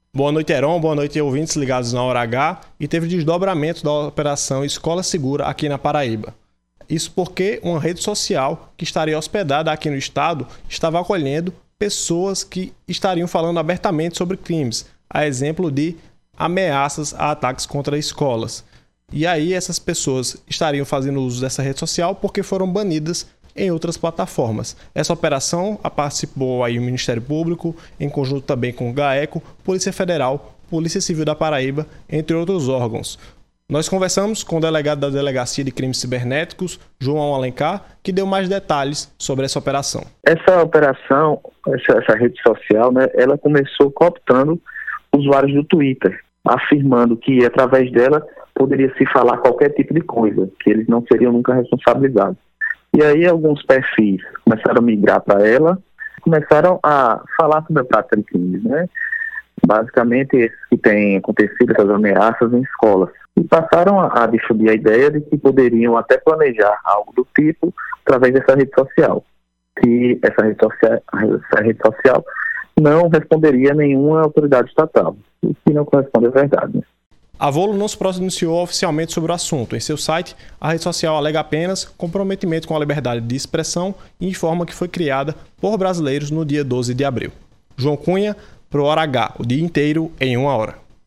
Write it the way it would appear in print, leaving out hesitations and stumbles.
Boa noite, Heron. Boa noite, ouvintes ligados na Hora H. E teve desdobramento da Operação Escola Segura aqui na Paraíba. Isso porque uma rede social que estaria hospedada aqui no estado estava acolhendo pessoas que estariam falando abertamente sobre crimes, a exemplo de ameaças a ataques contra escolas. E aí essas pessoas estariam fazendo uso dessa rede social porque foram banidas em outras plataformas. Essa operação participou aí o Ministério Público, em conjunto também com o GAECO, Polícia Federal, Polícia Civil da Paraíba, entre outros órgãos. Nós conversamos com o delegado da Delegacia de Crimes Cibernéticos, João Alencar, que deu mais detalhes sobre essa operação. Essa operação, essa rede social, né, ela começou cooptando usuários do Twitter, afirmando que através dela poderia se falar qualquer tipo de coisa, que eles não seriam nunca responsabilizados. E aí alguns perfis começaram a migrar para ela, começaram a falar sobre a prática de crimes, né? Basicamente esses que têm acontecido essas ameaças em escolas. E passaram a difundir a ideia de que poderiam até planejar algo do tipo através dessa rede social. Que essa rede social não responderia a nenhuma autoridade estatal, o que não corresponde à verdade, né? A Volo não se pronunciou oficialmente sobre o assunto. Em seu site, a rede social alega apenas comprometimento com a liberdade de expressão e informa que foi criada por brasileiros no dia 12 de abril. João Cunha, pro Hora H, o dia inteiro em 1 hora.